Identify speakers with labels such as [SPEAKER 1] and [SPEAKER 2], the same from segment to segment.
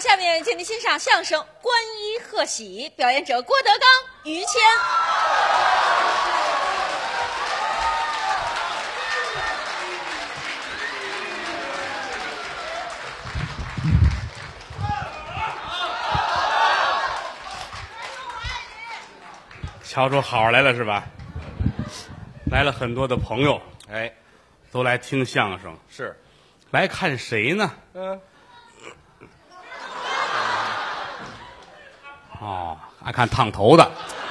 [SPEAKER 1] 下面，请您欣赏相声《观一贺喜》，表演者郭德纲、于谦。
[SPEAKER 2] 瞧出好来了是吧？来了很多的朋友，
[SPEAKER 3] 哎，
[SPEAKER 2] 都来听相声，
[SPEAKER 3] 是，
[SPEAKER 2] 来看谁呢？哦，爱看烫头的。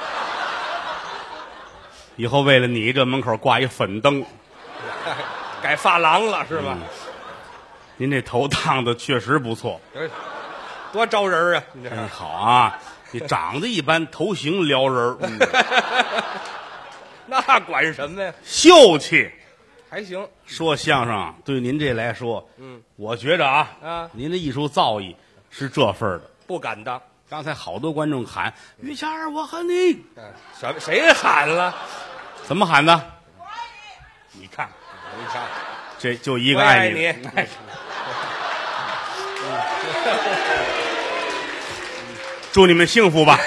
[SPEAKER 2] 以后为了你，这门口挂一粉灯，
[SPEAKER 3] 改发廊了是吧？
[SPEAKER 2] 您这头烫的确实不错，
[SPEAKER 3] 多招人啊！你这
[SPEAKER 2] 真好啊！你长得一般，头型撩人
[SPEAKER 3] 那管什么呀？
[SPEAKER 2] 秀气。
[SPEAKER 3] 还行，
[SPEAKER 2] 说相声对您这来说，我觉着啊，您的艺术造诣是这份儿的。
[SPEAKER 3] 不敢当。
[SPEAKER 2] 刚才好多观众喊于谦儿，我恨你。
[SPEAKER 3] 谁喊了？
[SPEAKER 2] 怎么喊的？你看，这就一个爱你。祝你们幸福吧！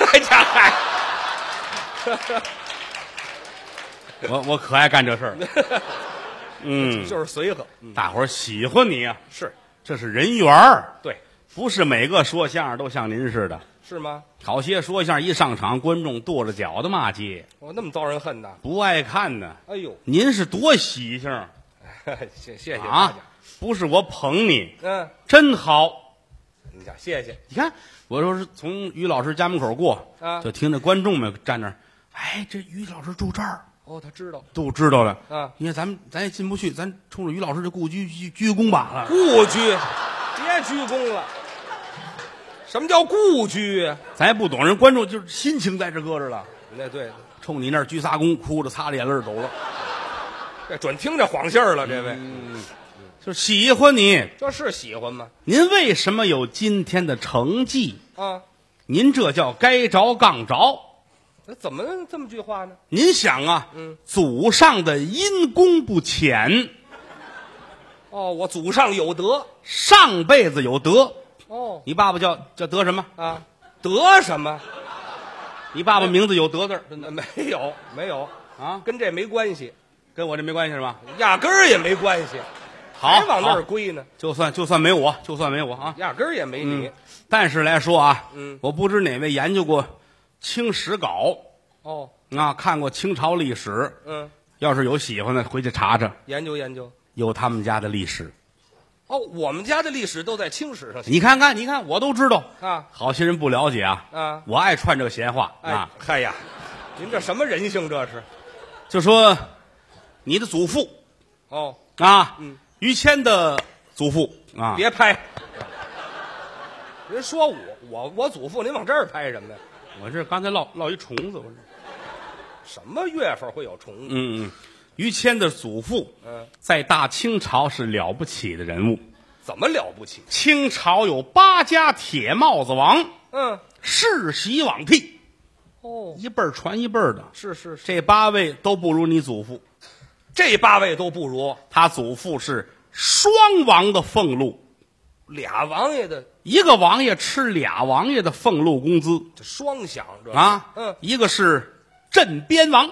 [SPEAKER 2] 我可爱干这事儿。
[SPEAKER 3] 就是随和。
[SPEAKER 2] 大伙儿喜欢你啊，
[SPEAKER 3] 是，
[SPEAKER 2] 这是人缘儿。
[SPEAKER 3] 对，
[SPEAKER 2] 不是每个说相声都像您似的。
[SPEAKER 3] 是吗？
[SPEAKER 2] 好些说相声一上场，观众跺着脚的骂街，
[SPEAKER 3] 那么遭人恨呐？
[SPEAKER 2] 不爱看呢。
[SPEAKER 3] 哎呦，
[SPEAKER 2] 您是多喜庆
[SPEAKER 3] 谢谢大
[SPEAKER 2] 啊
[SPEAKER 3] 家！！
[SPEAKER 2] 不是我捧你，真好。
[SPEAKER 3] 你讲谢谢。
[SPEAKER 2] 你看，我说是从于老师家门口过，就听着观众们站那儿，哎，这于老师住这儿。
[SPEAKER 3] 哦，他知道，
[SPEAKER 2] 都知道了。
[SPEAKER 3] 你
[SPEAKER 2] 看咱也进不去，咱冲着于老师这故居鞠躬罢了。
[SPEAKER 3] 故居，别鞠躬了。什么叫故居啊？
[SPEAKER 2] 咱也不懂，人观众就是心情在这搁着了。
[SPEAKER 3] 那对，
[SPEAKER 2] 冲你那儿鞠仨躬，哭着擦着眼泪走了。
[SPEAKER 3] 这准听着晃信儿了，这位。
[SPEAKER 2] 就喜欢你，
[SPEAKER 3] 这是喜欢吗？
[SPEAKER 2] 您为什么有今天的成绩？您这叫该着杠着。
[SPEAKER 3] 那怎么这么句话呢？
[SPEAKER 2] 您想啊，祖上的阴功不浅。
[SPEAKER 3] 哦，我祖上有德，
[SPEAKER 2] 上辈子有德。
[SPEAKER 3] 哦，
[SPEAKER 2] 你爸爸叫德什么
[SPEAKER 3] 啊？德什么？
[SPEAKER 2] 你爸爸名字有德字？真的
[SPEAKER 3] 没有
[SPEAKER 2] 啊，
[SPEAKER 3] 跟这没关系，
[SPEAKER 2] 跟我这没关系是吧？
[SPEAKER 3] 压根儿也没关系。
[SPEAKER 2] 好，
[SPEAKER 3] 还往那儿归呢？
[SPEAKER 2] 就算没我，啊，
[SPEAKER 3] 压根儿也没你。
[SPEAKER 2] 但是来说啊，我不知哪位研究过清史稿。
[SPEAKER 3] 哦，
[SPEAKER 2] 看过清朝历史。要是有喜欢的，回去查查，
[SPEAKER 3] 研究研究，
[SPEAKER 2] 有他们家的历史。
[SPEAKER 3] 哦，我们家的历史都在清史上写。
[SPEAKER 2] 你看，我都知道
[SPEAKER 3] 啊。
[SPEAKER 2] 好些人不了解啊。我爱串这个闲话啊。
[SPEAKER 3] 嗨呀，您这什么人性？这是，
[SPEAKER 2] 就说你的祖父。
[SPEAKER 3] 哦
[SPEAKER 2] 啊，于谦的祖父啊。
[SPEAKER 3] 别拍。人说我祖父，您往这儿拍什么呀？
[SPEAKER 2] 我这刚才落一虫子，我这
[SPEAKER 3] 什么月份会有虫子？
[SPEAKER 2] 于谦的祖父，在大清朝是了不起的人物。
[SPEAKER 3] 怎么了不起？
[SPEAKER 2] 清朝有8家铁帽子王，世袭罔替，一辈儿传一辈儿的。
[SPEAKER 3] 是，
[SPEAKER 2] 这8位都不如你祖父，
[SPEAKER 3] 这8位都不如。
[SPEAKER 2] 他祖父是双王的俸禄，
[SPEAKER 3] 俩王爷的，
[SPEAKER 2] 一个王爷吃俩王爷的俸禄工资，
[SPEAKER 3] 这双享着
[SPEAKER 2] 啊。一个是镇边王。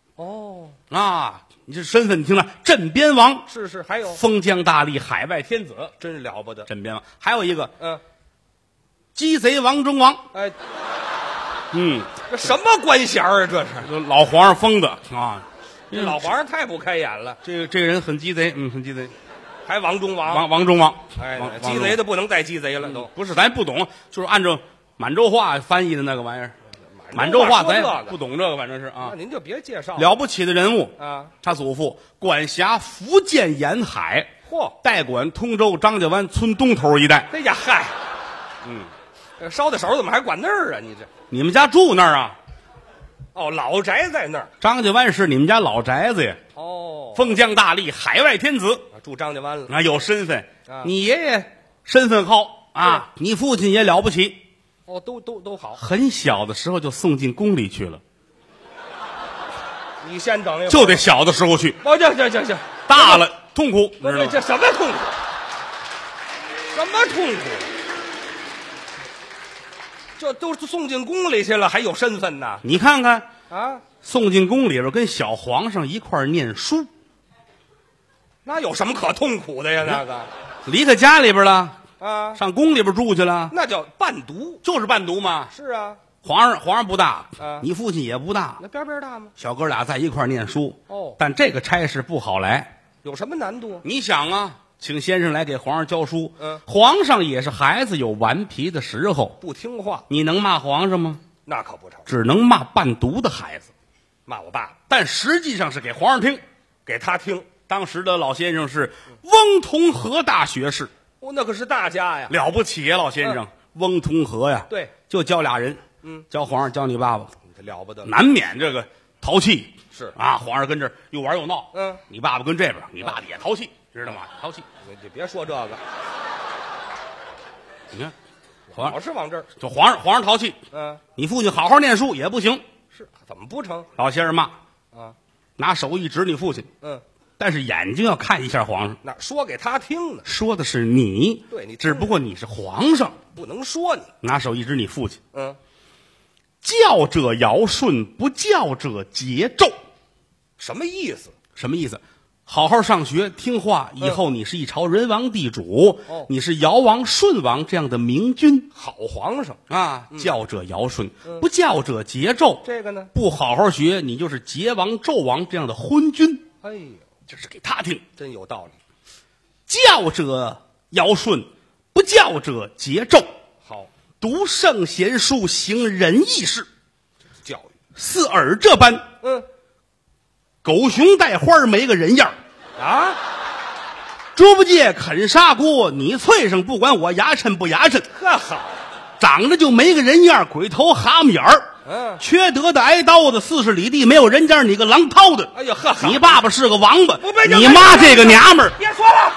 [SPEAKER 2] 你这身份你听了，镇边王
[SPEAKER 3] 是，还有
[SPEAKER 2] 封疆大吏，海外天子，
[SPEAKER 3] 真了不得。
[SPEAKER 2] 镇边王还有一个，鸡贼王中王。
[SPEAKER 3] 哎，这什么官衔啊？这是
[SPEAKER 2] 老皇上封的啊！
[SPEAKER 3] 这老皇上太不开眼了。
[SPEAKER 2] 这个人很鸡贼，很鸡贼。
[SPEAKER 3] 还王中王，
[SPEAKER 2] 王中王。
[SPEAKER 3] 鸡贼的不能再鸡贼了，都
[SPEAKER 2] 不是，咱不懂，就是按照满洲话翻译的那个玩意儿。满洲话咱也不懂这个，反正是啊。
[SPEAKER 3] 那您就别介绍
[SPEAKER 2] 了不起的人物
[SPEAKER 3] 啊！
[SPEAKER 2] 他祖父管辖福建沿海，代管通州张家湾村东头一带。
[SPEAKER 3] 哎呀嗨，捎带手怎么还管那儿啊？
[SPEAKER 2] 你们家住那儿啊？
[SPEAKER 3] 哦，老宅在那儿。
[SPEAKER 2] 张家湾是你们家老宅子呀？封疆大吏，海外天子，
[SPEAKER 3] 住张家湾了
[SPEAKER 2] 有身份。你爷爷身份好啊，你父亲也了不起。
[SPEAKER 3] 都好。
[SPEAKER 2] 很小的时候就送进宫里去了。
[SPEAKER 3] 你先等一会儿，
[SPEAKER 2] 就得小的时候去。
[SPEAKER 3] 行，
[SPEAKER 2] 大了痛苦。
[SPEAKER 3] 这什么痛苦？什么痛苦？ 这都送进宫里去了，还有身份呢？
[SPEAKER 2] 你看看
[SPEAKER 3] 啊，
[SPEAKER 2] 送进宫里边跟小皇上一块儿念书，
[SPEAKER 3] 那有什么可痛苦的呀？那个
[SPEAKER 2] 离开家里边了，
[SPEAKER 3] 啊，
[SPEAKER 2] 上宫里边住去了，
[SPEAKER 3] 那叫伴读。
[SPEAKER 2] 就是伴读嘛。
[SPEAKER 3] 是啊，
[SPEAKER 2] 皇上不大，
[SPEAKER 3] 啊
[SPEAKER 2] 你父亲也不大，
[SPEAKER 3] 那边边大吗？
[SPEAKER 2] 小哥俩在一块儿念书。
[SPEAKER 3] 哦
[SPEAKER 2] 但这个差事不好来。
[SPEAKER 3] 有什么难度？
[SPEAKER 2] 你想啊，请先生来给皇上教书，
[SPEAKER 3] 嗯
[SPEAKER 2] 皇上也是孩子，有顽皮的时候，
[SPEAKER 3] 不听话，
[SPEAKER 2] 你能骂皇上吗？
[SPEAKER 3] 那可不成。
[SPEAKER 2] 只能骂伴读的孩子，
[SPEAKER 3] 骂我爸，
[SPEAKER 2] 但实际上是给皇上听。
[SPEAKER 3] 给他听。
[SPEAKER 2] 当时的老先生是翁同龢大学士，
[SPEAKER 3] 哦，那可是大家呀。
[SPEAKER 2] 了不起呀，老先生，翁同龢呀，
[SPEAKER 3] 对，
[SPEAKER 2] 就教俩人，教皇上，教你爸爸，
[SPEAKER 3] 这了不得。
[SPEAKER 2] 难免这个淘气，
[SPEAKER 3] 是
[SPEAKER 2] 啊，皇上跟这儿又玩又闹，你爸爸跟这边，你爸爸也淘气，知道吗？淘气，
[SPEAKER 3] 你别说这个，
[SPEAKER 2] 你看，皇
[SPEAKER 3] 老是往这儿。
[SPEAKER 2] 就皇上淘气，你父亲好好念书也不行，
[SPEAKER 3] 是怎么不成
[SPEAKER 2] 老先生骂
[SPEAKER 3] 啊？
[SPEAKER 2] 拿手一指你父亲，但是眼睛要看一下皇上，
[SPEAKER 3] 那说给他听呢。
[SPEAKER 2] 说的是你，
[SPEAKER 3] 对你
[SPEAKER 2] 只不过你是皇上，
[SPEAKER 3] 不能说你。
[SPEAKER 2] 拿手一指你父亲，
[SPEAKER 3] 嗯，
[SPEAKER 2] 教者尧舜，不教者桀纣。
[SPEAKER 3] 什么意思？
[SPEAKER 2] 什么意思？好好上学，听话，以后你是一朝人王地主，你是尧王、舜王这样的明君，
[SPEAKER 3] 好皇上
[SPEAKER 2] 啊！教者尧舜，不教者桀纣。
[SPEAKER 3] 这个呢？
[SPEAKER 2] 不好好学，你就是桀王、纣王这样的昏君。
[SPEAKER 3] 哎呦，
[SPEAKER 2] 这是给他听，
[SPEAKER 3] 真有道理。
[SPEAKER 2] 教者尧舜，不教者桀纣。
[SPEAKER 3] 好，
[SPEAKER 2] 读圣贤书，行仁义事，
[SPEAKER 3] 教育
[SPEAKER 2] 似尔这般，狗熊带花没个人样
[SPEAKER 3] 啊！
[SPEAKER 2] 猪八戒啃砂锅，你脆上不管我牙碜不牙碜，
[SPEAKER 3] 呵好，
[SPEAKER 2] 长得就没个人样，鬼头蛤蟆眼儿，缺德的挨刀的，40里地没有人家，你个狼掏的！
[SPEAKER 3] 哎呦呵，
[SPEAKER 2] 你爸爸是个王八，
[SPEAKER 3] 不
[SPEAKER 2] 你妈这个娘们儿。
[SPEAKER 3] 别说了，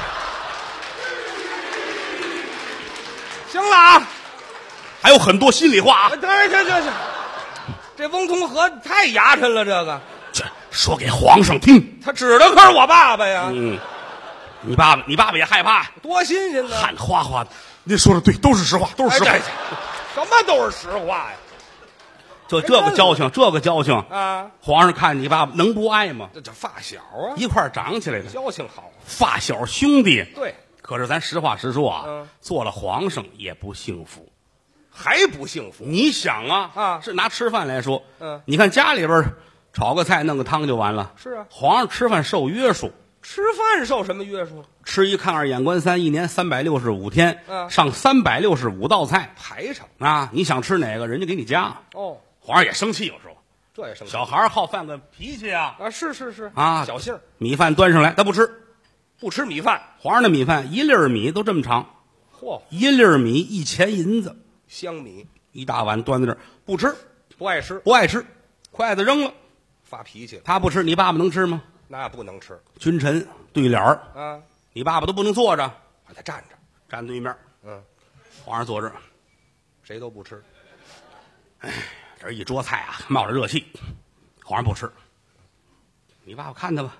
[SPEAKER 3] 行了啊，
[SPEAKER 2] 还有很多心里话啊，
[SPEAKER 3] 行，这翁同龢太牙碜了，这个
[SPEAKER 2] 这说给皇上听。
[SPEAKER 3] 他指的可是我爸爸呀。
[SPEAKER 2] 你爸爸也害怕，
[SPEAKER 3] 多新鲜呢，
[SPEAKER 2] 汗哗哗的。您说的对，都是实话，都是实话。
[SPEAKER 3] 什么都是实话呀？
[SPEAKER 2] 就这个交情，
[SPEAKER 3] 啊！
[SPEAKER 2] 皇上看你爸爸能不爱吗？
[SPEAKER 3] 这叫发小啊，
[SPEAKER 2] 一块儿长起来的，
[SPEAKER 3] 交情好，
[SPEAKER 2] 发小兄弟。
[SPEAKER 3] 对，
[SPEAKER 2] 可是咱实话实说啊，做了皇上也不幸福，
[SPEAKER 3] 还不幸福。
[SPEAKER 2] 你想啊，是拿吃饭来说，你看家里边炒个菜弄个汤就完了，
[SPEAKER 3] 是啊，
[SPEAKER 2] 皇上吃饭受约束。
[SPEAKER 3] 吃饭受什么约束？
[SPEAKER 2] 吃一看二眼观三，一年365天，上365道菜
[SPEAKER 3] 排场
[SPEAKER 2] 啊！你想吃哪个，人家给你加。皇上也生气，有时候
[SPEAKER 3] 这也生气。
[SPEAKER 2] 小孩好饭个脾气啊！
[SPEAKER 3] 是
[SPEAKER 2] 啊，
[SPEAKER 3] 小性儿。
[SPEAKER 2] 米饭端上来，他不吃
[SPEAKER 3] 米饭。
[SPEAKER 2] 皇上的米饭1粒米都这么长，1粒米1钱银子，
[SPEAKER 3] 香米
[SPEAKER 2] 一大碗端在这儿，不吃，
[SPEAKER 3] 不爱吃，
[SPEAKER 2] 筷子扔了，
[SPEAKER 3] 发脾气。
[SPEAKER 2] 他不吃，你爸爸能吃吗？
[SPEAKER 3] 那不能吃。
[SPEAKER 2] 君臣对脸儿
[SPEAKER 3] 啊，
[SPEAKER 2] 你爸爸都不能坐着，
[SPEAKER 3] 让他站着，
[SPEAKER 2] 站对面。皇上坐这儿，
[SPEAKER 3] 谁都不吃。
[SPEAKER 2] 这一桌菜啊，冒着热气，皇上不吃。你爸爸看他吧。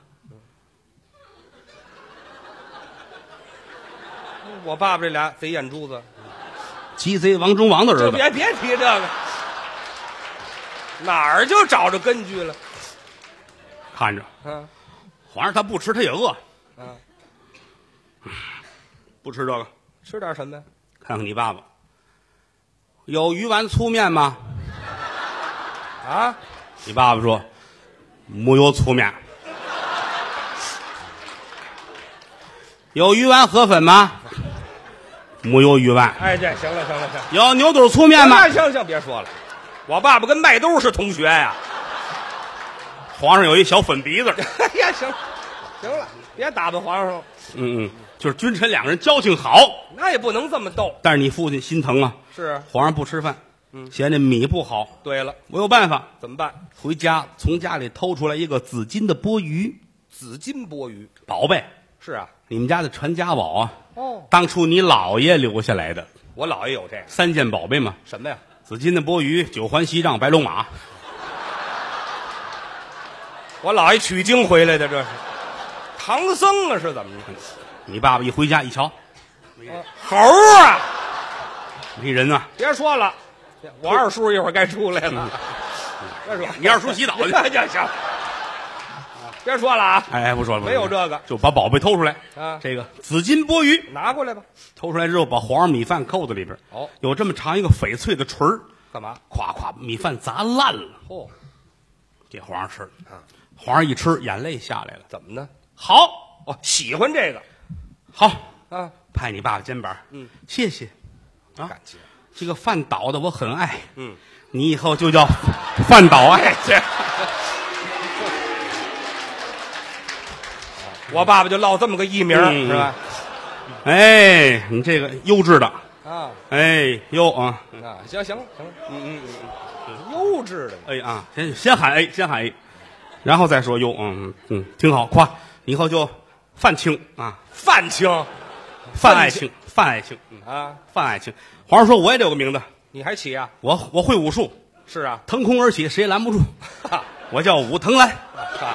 [SPEAKER 3] 我爸爸这俩贼眼珠子，
[SPEAKER 2] 鸡贼王中王的儿子。
[SPEAKER 3] 别提这个，哪儿就找着根据了？
[SPEAKER 2] 看着，皇上他不吃，他也饿。不吃这个，
[SPEAKER 3] 吃点什么呀？
[SPEAKER 2] 看看你爸爸，有鱼丸粗面吗？
[SPEAKER 3] 啊！
[SPEAKER 2] 你爸爸说没有粗面。有鱼丸河粉吗？没有鱼丸。
[SPEAKER 3] 哎，这行了。
[SPEAKER 2] 有牛肚粗面吗？
[SPEAKER 3] 行，别说了。我爸爸跟麦兜是同学呀。
[SPEAKER 2] 皇上有一小粉鼻子。
[SPEAKER 3] 哎呀，行了，别打扮皇上。
[SPEAKER 2] 就是君臣两个人交情好，
[SPEAKER 3] 那也不能这么斗。
[SPEAKER 2] 但是你父亲心疼啊。
[SPEAKER 3] 是。
[SPEAKER 2] 皇上不吃饭，嫌这米不好。
[SPEAKER 3] 对了，
[SPEAKER 2] 我有办法。
[SPEAKER 3] 怎么办？
[SPEAKER 2] 回家从家里偷出来一个紫金的钵盂。
[SPEAKER 3] 紫金钵盂，
[SPEAKER 2] 宝贝。
[SPEAKER 3] 是啊，
[SPEAKER 2] 你们家的传家宝啊。当初你姥爷留下来的。
[SPEAKER 3] 我姥爷有这个
[SPEAKER 2] 3件宝贝嘛。
[SPEAKER 3] 什么呀？
[SPEAKER 2] 紫金的钵盂、9环锡杖、白龙马。
[SPEAKER 3] 我姥爷取经回来的，这是唐僧啊，是怎么着？
[SPEAKER 2] 你爸爸一回家一瞧，
[SPEAKER 3] 猴啊，
[SPEAKER 2] 没人啊！
[SPEAKER 3] 别说了， 我二叔一会儿该出来了。别说，
[SPEAKER 2] 你二叔洗澡去。
[SPEAKER 3] 行，别说了啊！
[SPEAKER 2] 哎，不说了，
[SPEAKER 3] 没有这个，
[SPEAKER 2] 就把宝贝偷出来
[SPEAKER 3] 啊！
[SPEAKER 2] 这个紫金钵盂
[SPEAKER 3] 拿过来吧。
[SPEAKER 2] 偷出来之后，把皇上米饭扣在里边。
[SPEAKER 3] 哦，
[SPEAKER 2] 有这么长一个翡翠的锤儿，
[SPEAKER 3] 干嘛？
[SPEAKER 2] 咵咵，米饭砸烂了。
[SPEAKER 3] 嚯！
[SPEAKER 2] 给皇上吃
[SPEAKER 3] 啊！
[SPEAKER 2] 皇上一吃，眼泪下来了。
[SPEAKER 3] 怎么呢？
[SPEAKER 2] 好
[SPEAKER 3] 哦，喜欢这个。
[SPEAKER 2] 好
[SPEAKER 3] 啊，
[SPEAKER 2] 拍你爸爸肩膀。谢谢啊，
[SPEAKER 3] 感激。
[SPEAKER 2] 这个范岛的我很爱。
[SPEAKER 3] 你
[SPEAKER 2] 以后就叫范岛爱。
[SPEAKER 3] 我爸爸就落这么个艺名，是吧？
[SPEAKER 2] 哎，你这个优质的
[SPEAKER 3] 啊，
[SPEAKER 2] 哎优啊，
[SPEAKER 3] 行，优质的，
[SPEAKER 2] 哎啊，先喊 A， 先喊 A， 然后再说优，挺好，夸以后就范青啊，
[SPEAKER 3] 范青，
[SPEAKER 2] 范爱卿，范爱卿
[SPEAKER 3] 啊，
[SPEAKER 2] 范爱卿。皇上说我也得有个名字，
[SPEAKER 3] 你还起啊？
[SPEAKER 2] 我会武术，
[SPEAKER 3] 是啊，
[SPEAKER 2] 腾空而起，谁也拦不住。我叫武藤兰。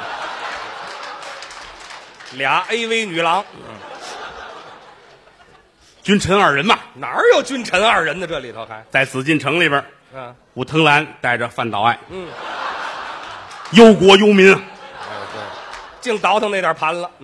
[SPEAKER 3] 俩 AV 女郎，
[SPEAKER 2] 君臣二人嘛，
[SPEAKER 3] 哪儿有君臣二人呢？这里头还
[SPEAKER 2] 在紫禁城里边，武藤兰带着范岛爱，忧国忧民啊，
[SPEAKER 3] 对，净倒腾那点盘了，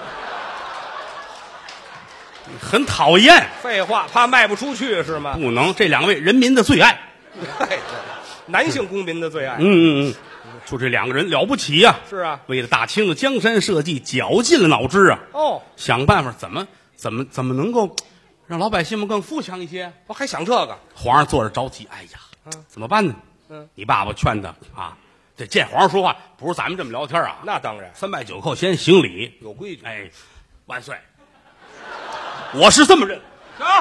[SPEAKER 2] 很讨厌。
[SPEAKER 3] 废话，怕卖不出去是吗？
[SPEAKER 2] 不能，这两位人民的最爱，
[SPEAKER 3] 对，男性公民的最爱，
[SPEAKER 2] 就这两个人了不起呀！
[SPEAKER 3] 是啊，
[SPEAKER 2] 为了大清的江山社稷，绞尽了脑汁啊！
[SPEAKER 3] 哦，
[SPEAKER 2] 想办法怎么能够让老百姓们更富强一些？
[SPEAKER 3] 我还想这个。
[SPEAKER 2] 皇上坐着着急，哎呀，怎么办呢？你爸爸劝他啊，这见皇上说话不是咱们这么聊天啊，
[SPEAKER 3] 那当然，
[SPEAKER 2] 三拜九叩先行礼，
[SPEAKER 3] 有规矩。
[SPEAKER 2] 哎，万岁！我是这么认。
[SPEAKER 3] 啊，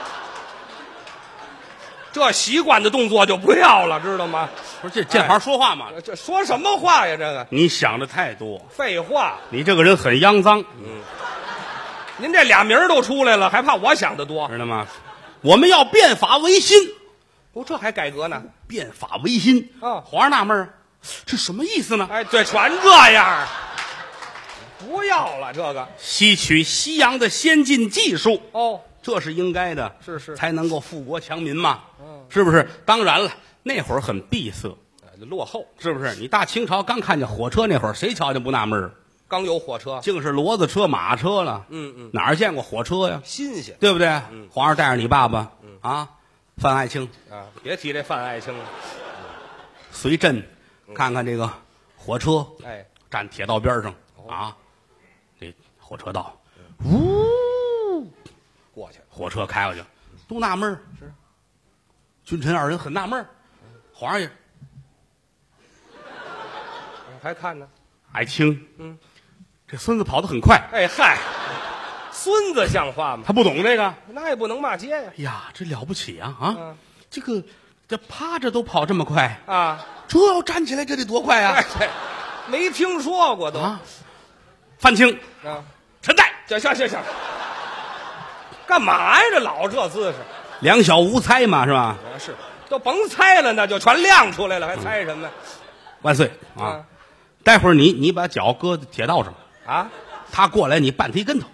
[SPEAKER 3] 这习惯的动作就不要了，知道吗？
[SPEAKER 2] 不是这见皇上说话嘛？
[SPEAKER 3] 这说什么话呀？这个
[SPEAKER 2] 你想的太多，
[SPEAKER 3] 废话。
[SPEAKER 2] 你这个人很肮脏，
[SPEAKER 3] 您这俩名儿都出来了，还怕我想的多？
[SPEAKER 2] 知道吗？我们要变法维新。
[SPEAKER 3] 不，这还改革呢？
[SPEAKER 2] 变法维新
[SPEAKER 3] 啊！
[SPEAKER 2] 皇上纳闷儿，这什么意思呢？
[SPEAKER 3] 哎，对，全这样。不要了，这个
[SPEAKER 2] 吸取西洋的先进技术，
[SPEAKER 3] 哦，
[SPEAKER 2] 这是应该的，
[SPEAKER 3] 是，
[SPEAKER 2] 才能够富国强民嘛，是不是？当然了，那会儿很闭塞，
[SPEAKER 3] 落后，
[SPEAKER 2] 是不是？你大清朝刚看见火车那会儿，谁瞧见不纳闷儿？
[SPEAKER 3] 刚有火车，
[SPEAKER 2] 净是骡子车、马车了，哪儿见过火车呀？
[SPEAKER 3] 新鲜，
[SPEAKER 2] 对不对？皇上带着你爸爸，范爱卿
[SPEAKER 3] 啊，别提这范爱卿了，
[SPEAKER 2] 随朕看看这个火车，
[SPEAKER 3] 哎，
[SPEAKER 2] 站铁道边上啊。这火车道，呜，
[SPEAKER 3] 过去，
[SPEAKER 2] 火车开过去，都纳闷儿。是，君臣二人很纳闷儿。皇上也
[SPEAKER 3] 还看呢。
[SPEAKER 2] 爱卿，这孙子跑得很快。
[SPEAKER 3] 哎嗨，孙子像话吗？
[SPEAKER 2] 他不懂这个，
[SPEAKER 3] 那也不能骂街呀。
[SPEAKER 2] 哎呀，这了不起啊！这趴着都跑这么快
[SPEAKER 3] 啊！
[SPEAKER 2] 这要站起来，这得多快啊！
[SPEAKER 3] 哎，没听说过都。
[SPEAKER 2] 范青
[SPEAKER 3] 啊，
[SPEAKER 2] 陈代，
[SPEAKER 3] 行，干嘛呀？这老这姿势，
[SPEAKER 2] 两小无猜嘛，是吧？
[SPEAKER 3] 是，都甭猜了，那就全亮出来了，还猜什么？
[SPEAKER 2] 万岁啊！待会儿你把脚搁在铁道上
[SPEAKER 3] 啊，
[SPEAKER 2] 他过来你绊他一跟头。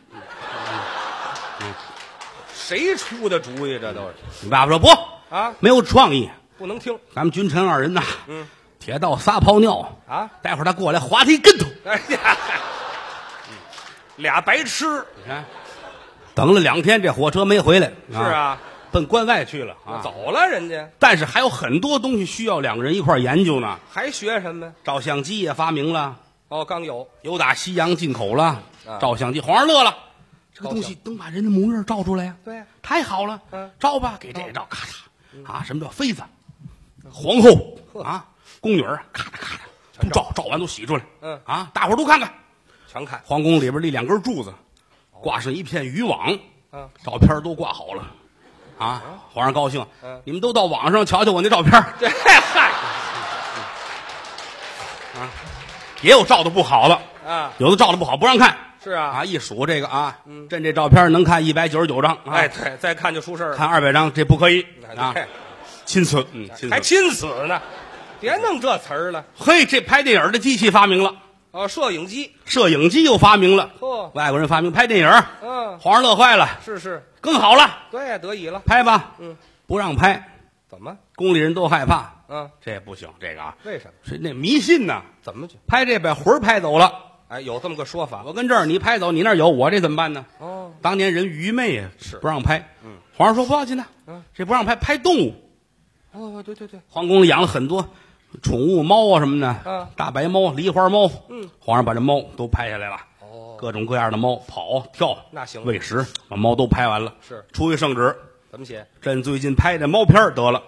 [SPEAKER 3] 谁出的主意？这都是
[SPEAKER 2] 你爸爸说不
[SPEAKER 3] 啊，
[SPEAKER 2] 没有创意，
[SPEAKER 3] 不能听。
[SPEAKER 2] 咱们君臣二人呐，铁道撒泡尿
[SPEAKER 3] 啊，
[SPEAKER 2] 待会儿他过来划他一跟头。
[SPEAKER 3] 哎呀，俩白痴，
[SPEAKER 2] 你看，等了2天，这火车没回来。
[SPEAKER 3] 是啊，
[SPEAKER 2] 奔关外去了啊，
[SPEAKER 3] 走了人家。
[SPEAKER 2] 但是还有很多东西需要两个人一块研究呢。
[SPEAKER 3] 还学什么？
[SPEAKER 2] 照相机也发明了，
[SPEAKER 3] 哦，刚有
[SPEAKER 2] 打西洋进口了。照相机，皇上乐了，这个东西能把人的模样照出来呀？
[SPEAKER 3] 对呀，
[SPEAKER 2] 太好了。照吧，给这照，咔嚓什么叫妃子、皇后啊、宫女儿，咔嚓都照完都洗出来。大伙儿都看看，
[SPEAKER 3] 全看。
[SPEAKER 2] 皇宫里边立2根柱子，挂上一片渔网，照片都挂好了。皇上高兴，你们都到网上瞧瞧我那照片。
[SPEAKER 3] 这嗨，
[SPEAKER 2] 也有照的不好的有的照的不好不让看。
[SPEAKER 3] 是啊，
[SPEAKER 2] 一数这个朕这照片能看199张。
[SPEAKER 3] 哎，对，再看就出事了。
[SPEAKER 2] 看200张这不可以钦此，
[SPEAKER 3] 还钦此呢，别弄这词儿了。
[SPEAKER 2] 嘿，这拍电影的机器发明了。
[SPEAKER 3] 摄影机
[SPEAKER 2] 又发明了。外国人发明拍电影。皇上乐坏了。
[SPEAKER 3] 是，
[SPEAKER 2] 更好了。
[SPEAKER 3] 对，得以了。
[SPEAKER 2] 拍吧。不让拍，
[SPEAKER 3] 怎么？
[SPEAKER 2] 宫里人都害怕。
[SPEAKER 3] 这
[SPEAKER 2] 不行，这个啊，
[SPEAKER 3] 为什么？
[SPEAKER 2] 是那迷信呐。
[SPEAKER 3] 怎么去？
[SPEAKER 2] 拍这把魂儿拍走了。
[SPEAKER 3] 哎，有这么个说法。
[SPEAKER 2] 我跟这儿，你拍走，你那儿有，我这怎么办呢？
[SPEAKER 3] 哦，
[SPEAKER 2] 当年人愚昧啊，
[SPEAKER 3] 是
[SPEAKER 2] 不让拍。皇上说不要紧的。这不让拍，拍动物。
[SPEAKER 3] 哦，对，
[SPEAKER 2] 皇宫里养了很多宠物猫啊什么的。大白猫、狸花猫。皇上把这猫都拍下来了。哦，各种各样的猫跑跳，
[SPEAKER 3] 那行，
[SPEAKER 2] 喂食，把猫都拍完了。
[SPEAKER 3] 是，
[SPEAKER 2] 出一圣旨，
[SPEAKER 3] 怎么写？
[SPEAKER 2] 朕最近拍的猫片儿得了。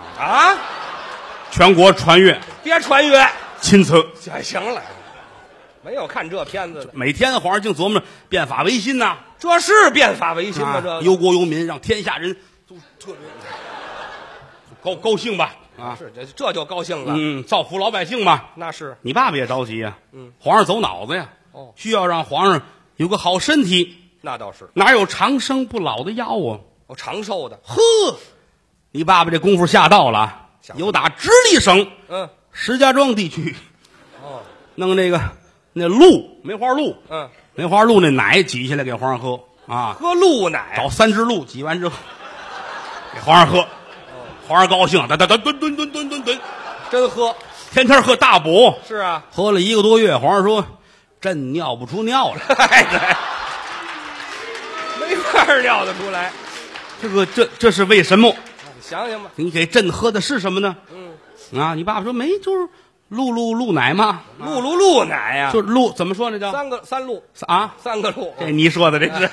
[SPEAKER 2] 全国传阅，
[SPEAKER 3] 别传阅，
[SPEAKER 2] 钦此。
[SPEAKER 3] 行了，没有看这片子的。
[SPEAKER 2] 每天皇上净琢磨着变法维新呐，
[SPEAKER 3] 这是变法维新吗？这
[SPEAKER 2] 忧国忧民，让天下人都特别高兴吧？
[SPEAKER 3] 是这就高兴了。
[SPEAKER 2] 造福老百姓嘛。
[SPEAKER 3] 那是
[SPEAKER 2] 你爸爸也着急呀。皇上走脑子呀。需要让皇上有个好身体。
[SPEAKER 3] 那倒是，
[SPEAKER 2] 哪有长生不老的药啊？
[SPEAKER 3] 长寿的。
[SPEAKER 2] 呵，你爸爸这功夫下到了。有打直隶省，石家庄地区，弄那鹿，梅花鹿，梅花鹿那奶挤下来给皇上喝啊，
[SPEAKER 3] 喝鹿奶，
[SPEAKER 2] 找3只鹿挤完之后给皇上喝，皇上高兴，吨，
[SPEAKER 3] 真喝，
[SPEAKER 2] 天天喝大补。
[SPEAKER 3] 是啊，
[SPEAKER 2] 喝了1个多月，皇上说朕尿不出尿来，
[SPEAKER 3] 没法尿得出来，
[SPEAKER 2] 这是为什么？
[SPEAKER 3] 想想吧，
[SPEAKER 2] 你给朕喝的是什么呢？你爸爸说没，就是鹿奶嘛，
[SPEAKER 3] 鹿奶呀，
[SPEAKER 2] 就是鹿，怎么说呢？叫
[SPEAKER 3] 三鹿
[SPEAKER 2] 啊
[SPEAKER 3] ，3个鹿，
[SPEAKER 2] 这你说的这是，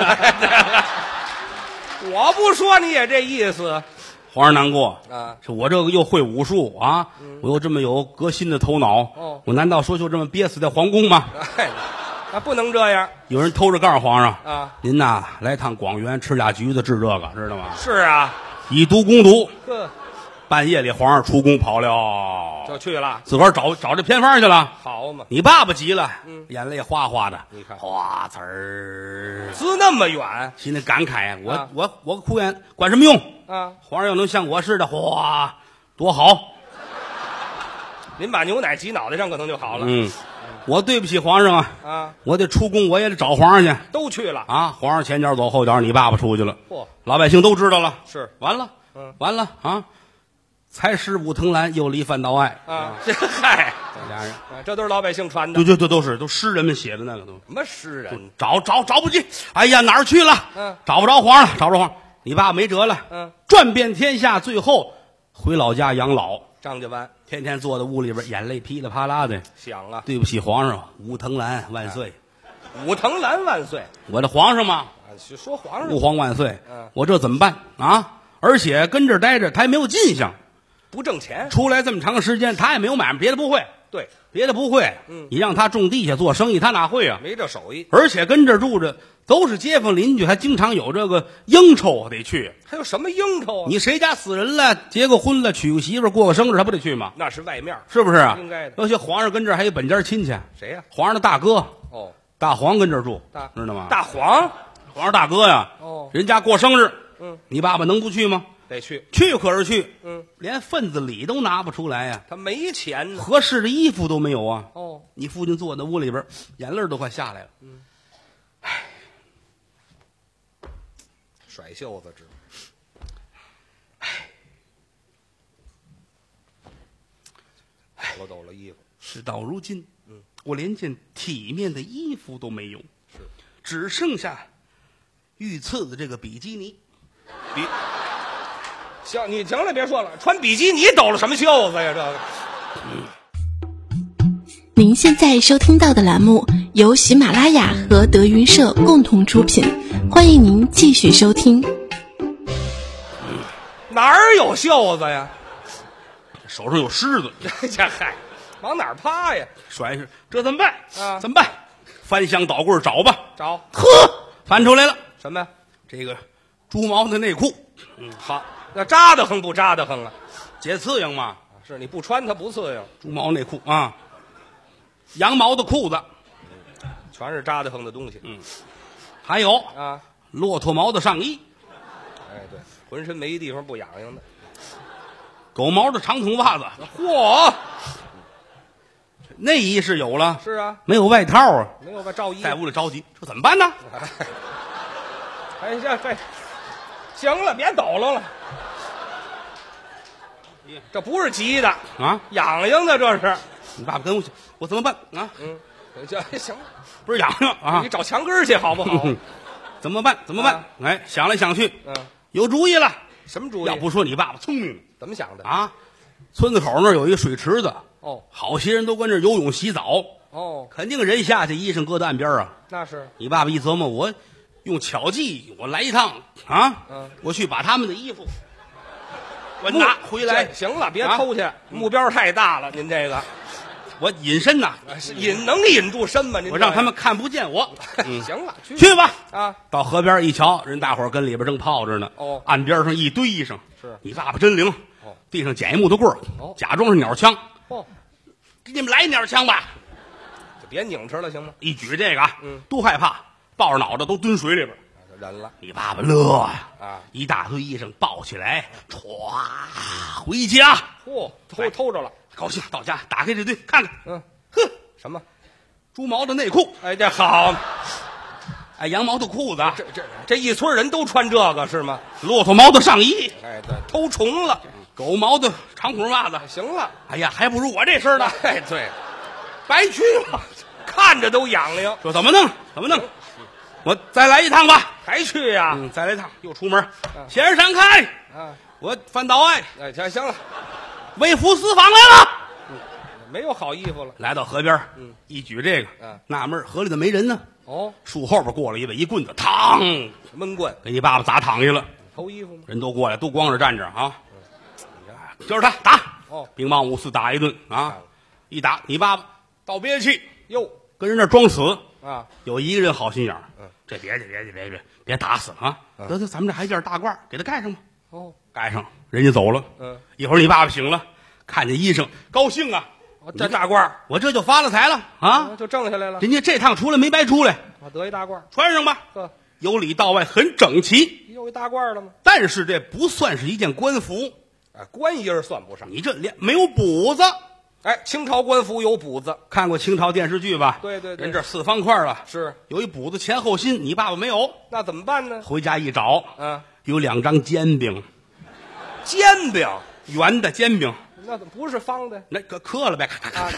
[SPEAKER 3] 我不说你也这意思。
[SPEAKER 2] 皇上难过
[SPEAKER 3] 啊，
[SPEAKER 2] 是我这个又会武术啊，我又这么有革新的头脑，我难道说就这么憋死在皇宫吗？
[SPEAKER 3] 那不能这样。
[SPEAKER 2] 有人偷着告诉皇上
[SPEAKER 3] 啊，
[SPEAKER 2] 您呐来趟广元吃俩橘子治这个，知道吗？
[SPEAKER 3] 是啊。
[SPEAKER 2] 以毒攻毒，
[SPEAKER 3] 呵，
[SPEAKER 2] 半夜里皇上出宫跑了，
[SPEAKER 3] 就去了，
[SPEAKER 2] 自个儿找这偏方去了。
[SPEAKER 3] 好嘛，
[SPEAKER 2] 你爸爸急了，眼泪哗哗的，
[SPEAKER 3] 你看，
[SPEAKER 2] 哗呲儿，
[SPEAKER 3] 滋那么远，
[SPEAKER 2] 心里感慨，我哭眼管什么用
[SPEAKER 3] 啊？
[SPEAKER 2] 皇上要能像我似的，哗，多好！
[SPEAKER 3] 您把牛奶挤脑袋上可能就好了。
[SPEAKER 2] 我对不起皇上啊！我得出宫，我也得找皇上去。
[SPEAKER 3] 都去了
[SPEAKER 2] 啊！皇上前脚走后脚，你爸爸出去了。
[SPEAKER 3] 嚯！
[SPEAKER 2] 老百姓都知道了。
[SPEAKER 3] 是，
[SPEAKER 2] 完了，完了啊！才识武藤兰，又离范道爱
[SPEAKER 3] 啊！这嗨，
[SPEAKER 2] 这俩人，
[SPEAKER 3] 这都是老百姓传的。
[SPEAKER 2] 对，都诗人们写的那个都。
[SPEAKER 3] 什么诗人？
[SPEAKER 2] 找不进。哎呀，哪儿去了？找不着皇上，找不着皇上。你爸没辙了。转遍天下，最后回老家养老。
[SPEAKER 3] 张家湾
[SPEAKER 2] 天天坐在屋里边，眼泪噼里啪啦的
[SPEAKER 3] 响啊！
[SPEAKER 2] 对不起皇上，武藤兰万岁！
[SPEAKER 3] 武藤兰万岁！
[SPEAKER 2] 我的皇上嘛，
[SPEAKER 3] 说皇上，
[SPEAKER 2] 吾皇万岁！我这怎么办啊？而且跟这儿待着，他也没有进项，
[SPEAKER 3] 不挣钱，
[SPEAKER 2] 出来这么长时间，他也没有买卖，别的不会。
[SPEAKER 3] 对，
[SPEAKER 2] 别的不会。你让他种地下做生意，他哪会啊？
[SPEAKER 3] 没这手艺。
[SPEAKER 2] 而且跟这儿住着都是街坊邻居，还经常有这个应酬得去。
[SPEAKER 3] 还有什么应酬啊？
[SPEAKER 2] 你谁家死人了，结个婚了，娶个媳妇，过个生日，他不得去吗？
[SPEAKER 3] 那是外面，
[SPEAKER 2] 是不是啊？
[SPEAKER 3] 应该的。
[SPEAKER 2] 而且皇上跟这儿还有本家亲戚。
[SPEAKER 3] 谁呀？
[SPEAKER 2] 皇上的大哥。
[SPEAKER 3] 哦，
[SPEAKER 2] 大黄跟这儿住，
[SPEAKER 3] 知
[SPEAKER 2] 道吗？
[SPEAKER 3] 大黄，
[SPEAKER 2] 皇上大哥呀。
[SPEAKER 3] 哦，
[SPEAKER 2] 人家过生日，你爸爸能不去吗？
[SPEAKER 3] 得去，
[SPEAKER 2] 去可是去，连份子礼都拿不出来呀。
[SPEAKER 3] 他没钱呢，
[SPEAKER 2] 合适的衣服都没有啊。
[SPEAKER 3] 哦，
[SPEAKER 2] 你父亲坐在屋里边，眼泪都快下来了。唉，
[SPEAKER 3] 甩袖子直。抖了衣服。
[SPEAKER 2] 事到如今，我连件体面的衣服都没有，只剩下御赐的这个比基尼。
[SPEAKER 3] 行，你行了，别说了，穿比基尼抖了什么袖子呀？这个。
[SPEAKER 4] 您现在收听到的栏目由喜马拉雅和德云社共同出品，欢迎您继续收听。
[SPEAKER 3] 哪儿有袖子呀？
[SPEAKER 2] 手上有虱子。
[SPEAKER 3] 这嗨，往哪儿趴呀？
[SPEAKER 2] 甩是这怎么办
[SPEAKER 3] 啊？
[SPEAKER 2] 怎么办？翻箱倒柜找吧。
[SPEAKER 3] 找，
[SPEAKER 2] 呵，翻出来了
[SPEAKER 3] 什么呀？
[SPEAKER 2] 这个猪毛的内裤。
[SPEAKER 3] 好，那扎得很不扎得很啊？
[SPEAKER 2] 解刺痒嘛？
[SPEAKER 3] 是你不穿它不刺痒。
[SPEAKER 2] 猪毛内裤啊，羊毛的裤子，
[SPEAKER 3] 全是扎得很的东西。
[SPEAKER 2] 还有
[SPEAKER 3] 啊，
[SPEAKER 2] 骆驼毛的上衣。
[SPEAKER 3] 哎，对，浑身没地方不痒痒的。
[SPEAKER 2] 狗毛的长筒袜子。
[SPEAKER 3] 嚯！
[SPEAKER 2] 内衣是有了，
[SPEAKER 3] 是啊，
[SPEAKER 2] 没有外套啊，
[SPEAKER 3] 没有吧？罩衣
[SPEAKER 2] 在屋里着急，这怎么办呢？
[SPEAKER 3] 哎，这行了，别抖搂了。 这不是急的
[SPEAKER 2] 啊，
[SPEAKER 3] 痒痒的这是。
[SPEAKER 2] 你爸爸跟我怎么办啊？
[SPEAKER 3] 这行了，
[SPEAKER 2] 不是痒痒啊，
[SPEAKER 3] 你找墙根儿去好不好？
[SPEAKER 2] 怎么办？怎么办？哎，想来想去，有主意了。
[SPEAKER 3] 什么主意？
[SPEAKER 2] 要不说你爸爸聪明
[SPEAKER 3] 怎么想的
[SPEAKER 2] 啊？村子口那儿有一个水池子，好些人都跟这儿游泳洗澡，肯定人下去，衣裳搁在岸边啊。
[SPEAKER 3] 那是
[SPEAKER 2] 你爸爸一琢磨，我用巧计，我来一趟啊，我去把他们的衣服我拿回来。
[SPEAKER 3] 行了，别偷去，目标太大了，您这个。
[SPEAKER 2] 我隐身呐，
[SPEAKER 3] 能引住身吗？您
[SPEAKER 2] 我让他们看不见我。
[SPEAKER 3] 行了，
[SPEAKER 2] 去吧
[SPEAKER 3] 啊！
[SPEAKER 2] 到河边一瞧，人大伙儿跟里边正泡着呢。岸边上一堆衣裳。
[SPEAKER 3] 是
[SPEAKER 2] 你爸爸真灵。地上捡一木头棍儿，假装是鸟枪。给你们来鸟枪吧。
[SPEAKER 3] 就别拧吃了，行吗？
[SPEAKER 2] 一举这个都害怕，抱着脑袋都蹲水里边。
[SPEAKER 3] 人了，
[SPEAKER 2] 你爸爸乐呀！一大堆衣裳抱起来，歘回家。
[SPEAKER 3] 偷着了。
[SPEAKER 2] 高兴到家，打开这堆看看，
[SPEAKER 3] 呵，什么？
[SPEAKER 2] 猪毛的内裤，
[SPEAKER 3] 哎，这好，
[SPEAKER 2] 哎，羊毛的裤子，
[SPEAKER 3] 这一村人都穿这个是吗？
[SPEAKER 2] 骆驼毛的上衣，
[SPEAKER 3] 哎，对，偷虫了，
[SPEAKER 2] 狗毛的长裤袜子，
[SPEAKER 3] 行了，
[SPEAKER 2] 哎呀，还不如我这身呢，
[SPEAKER 3] 哎，对，
[SPEAKER 2] 白去了，
[SPEAKER 3] 看着都痒痒。
[SPEAKER 2] 说怎么弄？怎么弄？我再来一趟吧，
[SPEAKER 3] 还去呀？
[SPEAKER 2] 再来一趟，又出门，先生闪开，我翻倒爱，
[SPEAKER 3] 哎，行了。
[SPEAKER 2] 为父私访来了，
[SPEAKER 3] 没有好衣服了。
[SPEAKER 2] 来到河边，一举这个，纳闷河里头没人呢。树后边过来一位，一棍子，嘡，
[SPEAKER 3] 闷棍
[SPEAKER 2] 给你爸爸砸躺下了。
[SPEAKER 3] 偷衣服吗？
[SPEAKER 2] 人都过来，都光着站着啊。就是他打，兵棒五四打一顿啊，一打你爸爸倒憋气，
[SPEAKER 3] 哟，
[SPEAKER 2] 跟人那装死
[SPEAKER 3] 啊。
[SPEAKER 2] 有一个人好心眼儿，这别打死了啊！得，咱们这还件大褂，给他盖上吧。盖上，人家走了。一会儿你爸爸醒了，看见衣裳，高兴啊！
[SPEAKER 3] 这大褂，
[SPEAKER 2] 我这就发了财了啊！
[SPEAKER 3] 就挣下来了。
[SPEAKER 2] 人家这趟出来没白出来，
[SPEAKER 3] 得一大褂，
[SPEAKER 2] 穿上吧。由里到外很整齐，
[SPEAKER 3] 有一大褂了吗？
[SPEAKER 2] 但是这不算是一件官服，
[SPEAKER 3] 官衣算不上。
[SPEAKER 2] 你这连没有补子。
[SPEAKER 3] 哎，清朝官服有补子，
[SPEAKER 2] 看过清朝电视剧吧？
[SPEAKER 3] 对，
[SPEAKER 2] 人这四方块了，
[SPEAKER 3] 是
[SPEAKER 2] 有一补子前后心，你爸爸没有，
[SPEAKER 3] 那怎么办呢？
[SPEAKER 2] 回家一找，有2张煎饼，
[SPEAKER 3] 煎饼，
[SPEAKER 2] 圆的煎饼，
[SPEAKER 3] 那怎么不是方的？
[SPEAKER 2] 那磕了呗，咔咔咔。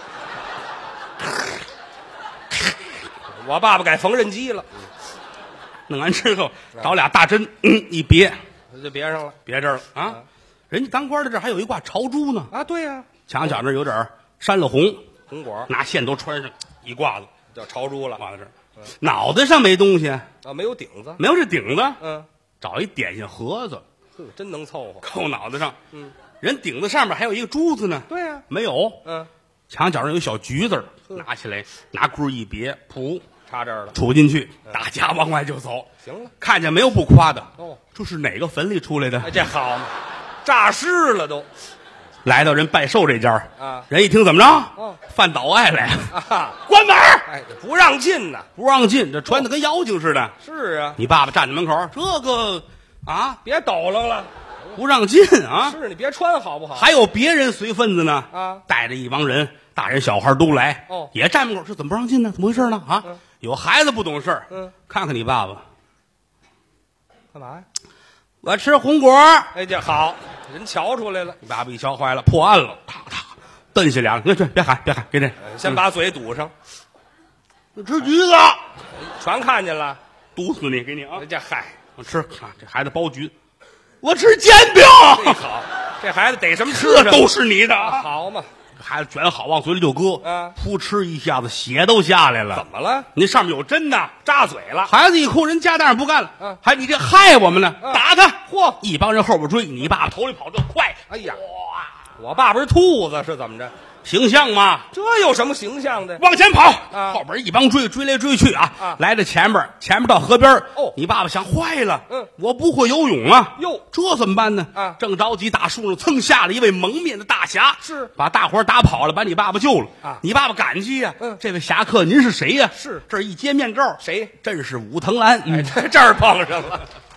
[SPEAKER 3] 我爸爸改缝纫机了，
[SPEAKER 2] 弄完之后找俩大针，一别，
[SPEAKER 3] 就别上了，
[SPEAKER 2] 别这儿了啊！人家当官的这还有一挂朝珠呢
[SPEAKER 3] 啊！对呀，
[SPEAKER 2] 墙角那有点山了红
[SPEAKER 3] 果，
[SPEAKER 2] 拿线都穿上一挂子，
[SPEAKER 3] 叫朝珠了，
[SPEAKER 2] 挂在这儿。脑袋上没东西啊，
[SPEAKER 3] 没有顶子，
[SPEAKER 2] 没有这顶子，找一点心盒子，
[SPEAKER 3] 真能凑合，
[SPEAKER 2] 扣脑袋上，人顶子上面还有一个珠子呢，
[SPEAKER 3] 对呀，
[SPEAKER 2] 没有，墙角上有小橘子，拿起来拿棍一别，噗，
[SPEAKER 3] 插这儿了，
[SPEAKER 2] 杵进去，大家往外就走。
[SPEAKER 3] 行了，
[SPEAKER 2] 看见没有不夸的，这是哪个坟里出来的？
[SPEAKER 3] 哎，这好嘛，诈尸了都。
[SPEAKER 2] 来到人拜寿这家
[SPEAKER 3] 啊，
[SPEAKER 2] 人一听怎么着？犯倒爱来
[SPEAKER 3] 啊！
[SPEAKER 2] 关门！
[SPEAKER 3] 哎，不让进呐，
[SPEAKER 2] 不让进，这穿的跟妖精似的。
[SPEAKER 3] 是啊，
[SPEAKER 2] 你爸爸站在门口，这个啊，
[SPEAKER 3] 别抖楞了，
[SPEAKER 2] 不让进啊！
[SPEAKER 3] 是你别穿好不好？
[SPEAKER 2] 还有别人随份子呢
[SPEAKER 3] 啊，
[SPEAKER 2] 带着一帮人，大人小孩都来，也站门口，这怎么不让进呢？怎么回事呢？啊，有孩子不懂事看看你爸爸，
[SPEAKER 3] 干嘛呀？
[SPEAKER 2] 我吃红果。
[SPEAKER 3] 哎，这好，人瞧出来了。
[SPEAKER 2] 你爸爸一瞧坏了，破案了，啪啪蹬下俩了。别喊，给这
[SPEAKER 3] 先把嘴堵上。
[SPEAKER 2] 吃橘子，
[SPEAKER 3] 全看见了，
[SPEAKER 2] 毒死你！给你啊！
[SPEAKER 3] 这嗨，
[SPEAKER 2] 我吃啊！这孩子包橘，我吃煎饼。
[SPEAKER 3] 好，这孩子逮什么吃
[SPEAKER 2] 这都是你的。
[SPEAKER 3] 好嘛，
[SPEAKER 2] 孩子卷好往嘴里就搁，
[SPEAKER 3] 啊，
[SPEAKER 2] 噗嗤一下子血都下来了。
[SPEAKER 3] 怎么了？
[SPEAKER 2] 你上面有针呐，
[SPEAKER 3] 扎嘴了。
[SPEAKER 2] 孩子一哭，人家大人不干了，还你这害我们呢，打他！
[SPEAKER 3] 嚯，
[SPEAKER 2] 一帮人后边追，你爸爸头里跑这快。
[SPEAKER 3] 哎呀，我爸爸是兔子是怎么着？
[SPEAKER 2] 形象嘛，
[SPEAKER 3] 这有什么形象的？
[SPEAKER 2] 往前跑，
[SPEAKER 3] 后
[SPEAKER 2] 边一帮追来追去啊，来到前面到河边你爸爸想坏了，我不会游泳啊，
[SPEAKER 3] 哟，
[SPEAKER 2] 这怎么办呢？正着急，大树上蹭下了一位蒙面的大侠，
[SPEAKER 3] 是
[SPEAKER 2] 把大伙打跑了，把你爸爸救了你爸爸感激呀，这位侠客您是谁呀？
[SPEAKER 3] 是
[SPEAKER 2] 这一揭面罩，
[SPEAKER 3] 谁？
[SPEAKER 2] 真是武藤兰，
[SPEAKER 3] 这儿碰上了。